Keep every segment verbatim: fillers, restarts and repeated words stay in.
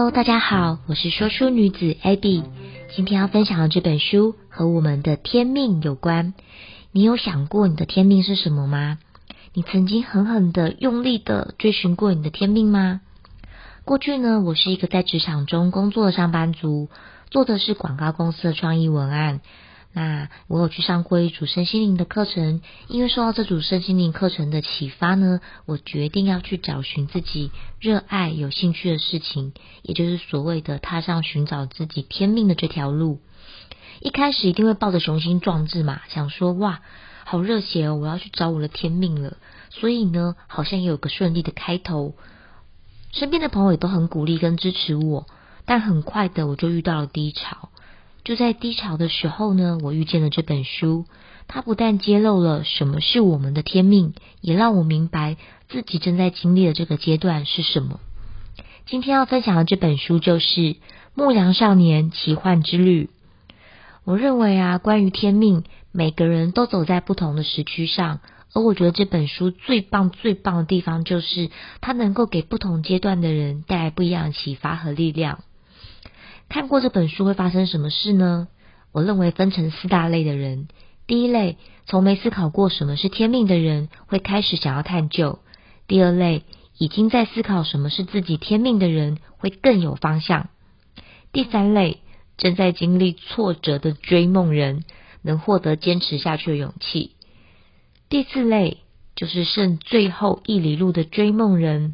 Hello， 大家好，我是说书女子 Abby。今天要分享的这本书和我们的天命有关。你有想过你的天命是什么吗？你曾经狠狠的、用力的追寻过你的天命吗？过去呢，我是一个在职场中工作的上班族，做的是广告公司的创意文案。那我有去上过一组身心灵的课程，因为受到这组身心灵课程的启发呢，我决定要去找寻自己热爱有兴趣的事情，也就是所谓的踏上寻找自己天命的这条路。一开始一定会抱着雄心壮志嘛，想说哇好热血哦，我要去找我的天命了。所以呢，好像也有个顺利的开头，身边的朋友也都很鼓励跟支持我，但很快的我就遇到了低潮。就在低潮的时候呢，我遇见了这本书，它不但揭露了什么是我们的天命，也让我明白自己正在经历的这个阶段是什么。今天要分享的这本书就是《牧羊少年奇幻之旅》。我认为啊，关于天命，每个人都走在不同的时区上，而我觉得这本书最棒最棒的地方就是它能够给不同阶段的人带来不一样的启发和力量。看过这本书会发生什么事呢？我认为分成四大类的人。第一类，从没思考过什么是天命的人，会开始想要探究。第二类，已经在思考什么是自己天命的人，会更有方向。第三类，正在经历挫折的追梦人，能获得坚持下去的勇气。第四类，就是剩最后一里路的追梦人，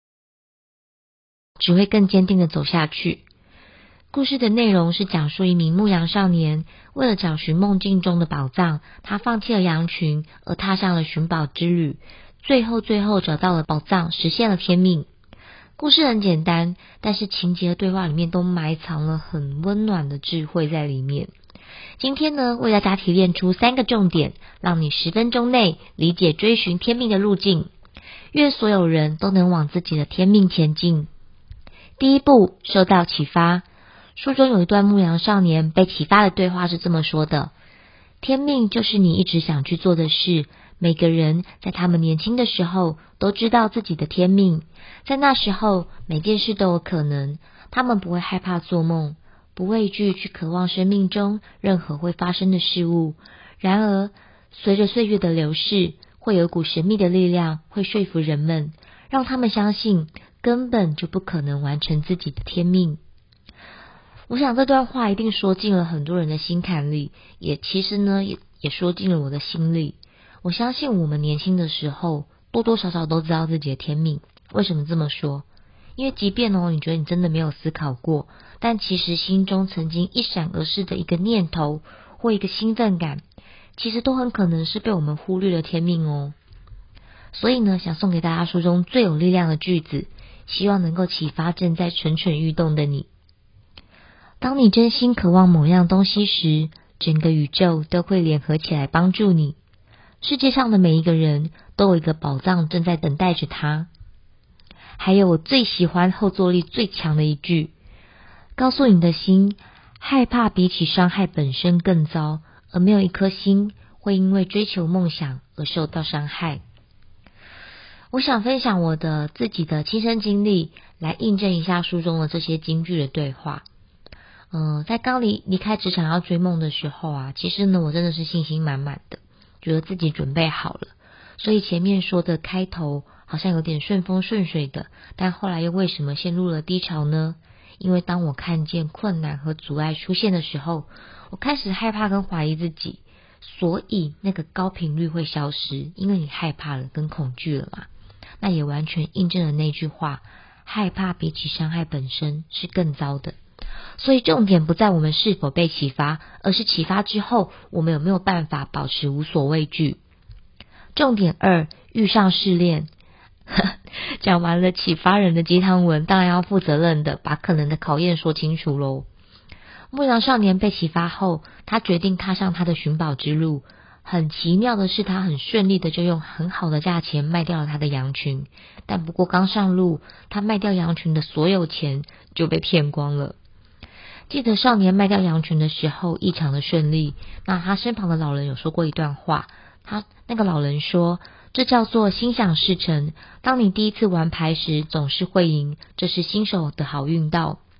只会更坚定的走下去。故事的内容是讲述一名牧羊少年，为了找寻梦境中的宝藏，他放弃了羊群，而踏上了寻宝之旅，最后最后找到了宝藏，实现了天命。故事很简单，但是情节的对话里面都埋藏了很温暖的智慧在里面。今天呢，为大家提炼出三个重点，让你十分钟内理解追寻天命的路径，愿所有人都能往自己的天命前进。第一步，受到启发。书中有一段牧羊少年被启发的对话是这么说的：天命就是你一直想去做的事，每个人在他们年轻的时候都知道自己的天命，在那时候每件事都有可能，他们不会害怕做梦，不畏惧去渴望生命中任何会发生的事物。然而随着岁月的流逝，会有股神秘的力量会说服人们，让他们相信根本就不可能完成自己的天命。我想这段话一定说进了很多人的心坎里，也其实呢也也说进了我的心里。我相信我们年轻的时候多多少少都知道自己的天命。为什么这么说？因为即便哦你觉得你真的没有思考过，但其实心中曾经一闪而逝的一个念头或一个兴奋感，其实都很可能是被我们忽略了天命哦。所以呢，想送给大家书中最有力量的句子，希望能够启发正在蠢蠢欲动的你。当你真心渴望某样东西时，整个宇宙都会联合起来帮助你。世界上的每一个人都有一个宝藏正在等待着他。还有我最喜欢后坐力最强的一句，告诉你的心，害怕比起伤害本身更糟，而没有一颗心会因为追求梦想而受到伤害。我想分享我的自己的亲身经历，来印证一下书中的这些金句的对话。嗯，在刚离离开职场要追梦的时候啊，其实呢，我真的是信心满满的，觉得自己准备好了。所以前面说的开头好像有点顺风顺水的，但后来又为什么陷入了低潮呢？因为当我看见困难和阻碍出现的时候，我开始害怕跟怀疑自己，所以那个高频率会消失，因为你害怕了跟恐惧了嘛。那也完全印证了那句话，害怕比起伤害本身是更糟的。所以重点不在我们是否被启发，而是启发之后我们有没有办法保持无所畏惧。重点二，遇上试炼。讲完了启发人的鸡汤文，当然要负责任的把可能的考验说清楚咯。牧羊少年被启发后，他决定踏上他的寻宝之路。很奇妙的是，他很顺利的就用很好的价钱卖掉了他的羊群，但不过刚上路，他卖掉羊群的所有钱就被骗光了。记得少年卖掉羊群的时候异常的顺利，那他身旁的老人有说过一段话，他那个老人说，这叫做心想事成，当你第一次玩牌时总是会赢，这是新手的好运道。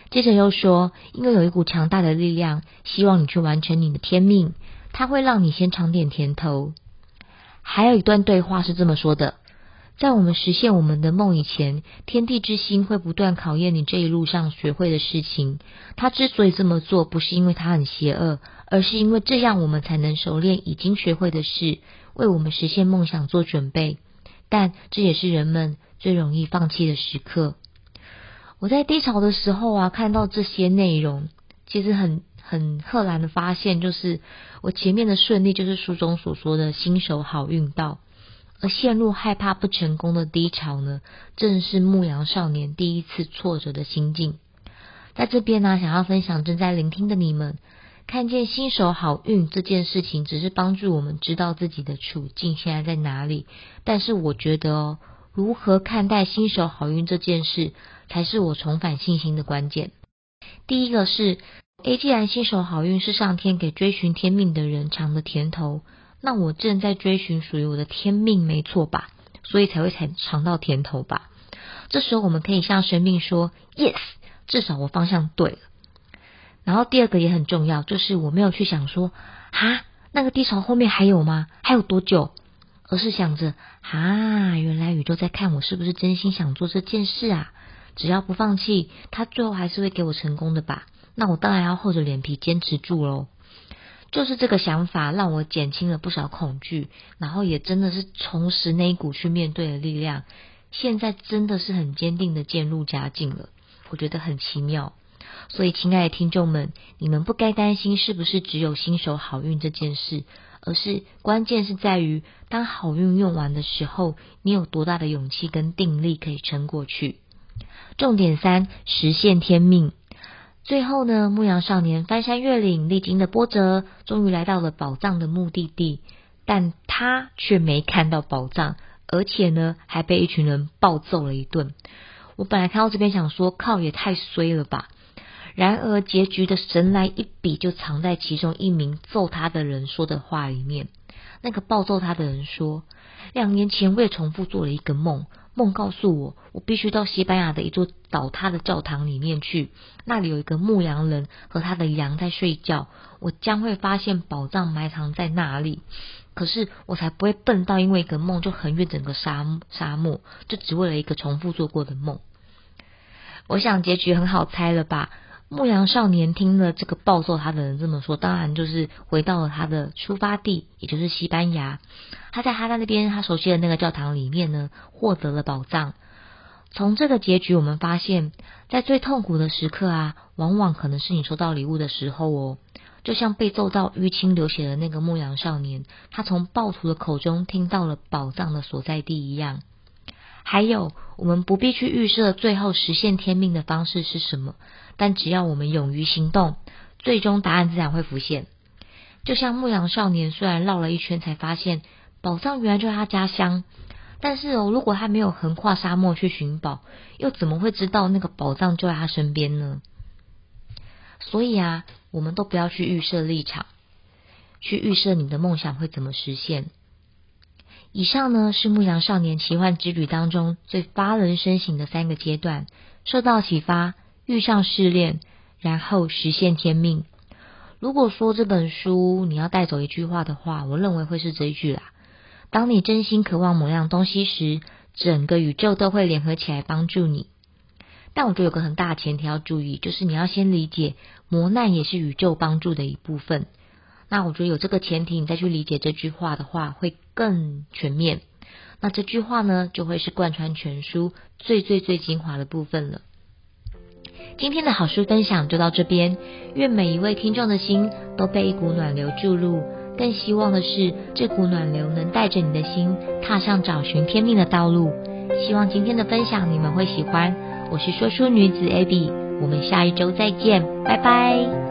接着又说，因为有一股强大的力量希望你去完成你的天命，它会让你先尝点甜头。还有一段对话是这么说的，在我们实现我们的梦以前，天地之心会不断考验你这一路上学会的事情。他之所以这么做，不是因为他很邪恶，而是因为这样我们才能熟练已经学会的事，为我们实现梦想做准备。但这也是人们最容易放弃的时刻。我在低潮的时候啊，看到这些内容，其实很很赫然的发现，就是我前面的顺利就是书中所说的新手好运道，而陷入害怕不成功的低潮呢，正是牧羊少年第一次挫折的心境。在这边呢、啊，想要分享正在聆听的你们，看见新手好运这件事情，只是帮助我们知道自己的处境现在在哪里，但是我觉得哦，如何看待新手好运这件事，才是我重返信心的关键。第一个是，诶，既然新手好运是上天给追寻天命的人尝的甜头，那我正在追寻属于我的天命，没错吧？所以才会才尝到甜头吧。这时候我们可以向生命说 yes， 至少我方向对了。然后第二个也很重要，就是我没有去想说哈，那个低潮后面还有吗？还有多久？而是想着啊，原来宇宙在看我是不是真心想做这件事啊，只要不放弃，他最后还是会给我成功的吧，那我当然要厚着脸皮坚持住咯。就是这个想法让我减轻了不少恐惧，然后也真的是重拾那一股去面对的力量，现在真的是很坚定的渐入佳境了，我觉得很奇妙。所以亲爱的听众们，你们不该担心是不是只有新手好运这件事，而是关键是在于当好运用完的时候，你有多大的勇气跟定力可以撑过去。重点三，实现天命。最后呢，牧羊少年翻山越岭，历经了波折，终于来到了宝藏的目的地，但他却没看到宝藏，而且呢还被一群人暴揍了一顿。我本来看到这边想说，靠，也太衰了吧。然而结局的神来一笔就藏在其中一名揍他的人说的话里面。那个暴揍他的人说，两年前我也重复做了一个梦，梦告诉我，我必须到西班牙的一座倒塌的教堂里面去，那里有一个牧羊人和他的羊在睡觉，我将会发现宝藏埋藏在那里。可是我才不会笨到因为一个梦就横越整个沙沙漠，就只为了一个重复做过的梦。我想结局很好猜了吧。牧羊少年听了这个暴揍他的人这么说，当然就是回到了他的出发地，也就是西班牙。他在他在那边他熟悉的那个教堂里面呢，获得了宝藏。从这个结局我们发现，在最痛苦的时刻啊，往往可能是你收到礼物的时候哦。就像被揍到淤青流血的那个牧羊少年，他从暴徒的口中听到了宝藏的所在地一样。还有，我们不必去预设最后实现天命的方式是什么，但只要我们勇于行动，最终答案自然会浮现。就像牧羊少年虽然绕了一圈才发现宝藏原来就在他家乡，但是哦，如果他没有横跨沙漠去寻宝，又怎么会知道那个宝藏就在他身边呢？所以啊，我们都不要去预设立场，去预设你的梦想会怎么实现。以上呢是牧羊少年奇幻之旅当中最发人深省的三个阶段：受到启发，遇上试炼，然后实现天命。如果说这本书你要带走一句话的话，我认为会是这一句啦：当你真心渴望某样东西时，整个宇宙都会联合起来帮助你。但我觉得有个很大的前提要注意，就是你要先理解磨难也是宇宙帮助的一部分。那我觉得有这个前提，你再去理解这句话的话，会更全面。那这句话呢，就会是贯穿全书最最最精华的部分了。今天的好书分享就到这边，愿每一位听众的心都被一股暖流注入，更希望的是这股暖流能带着你的心踏上找寻天命的道路。希望今天的分享你们会喜欢。我是说书女子 Abby， 我们下一周再见，拜拜。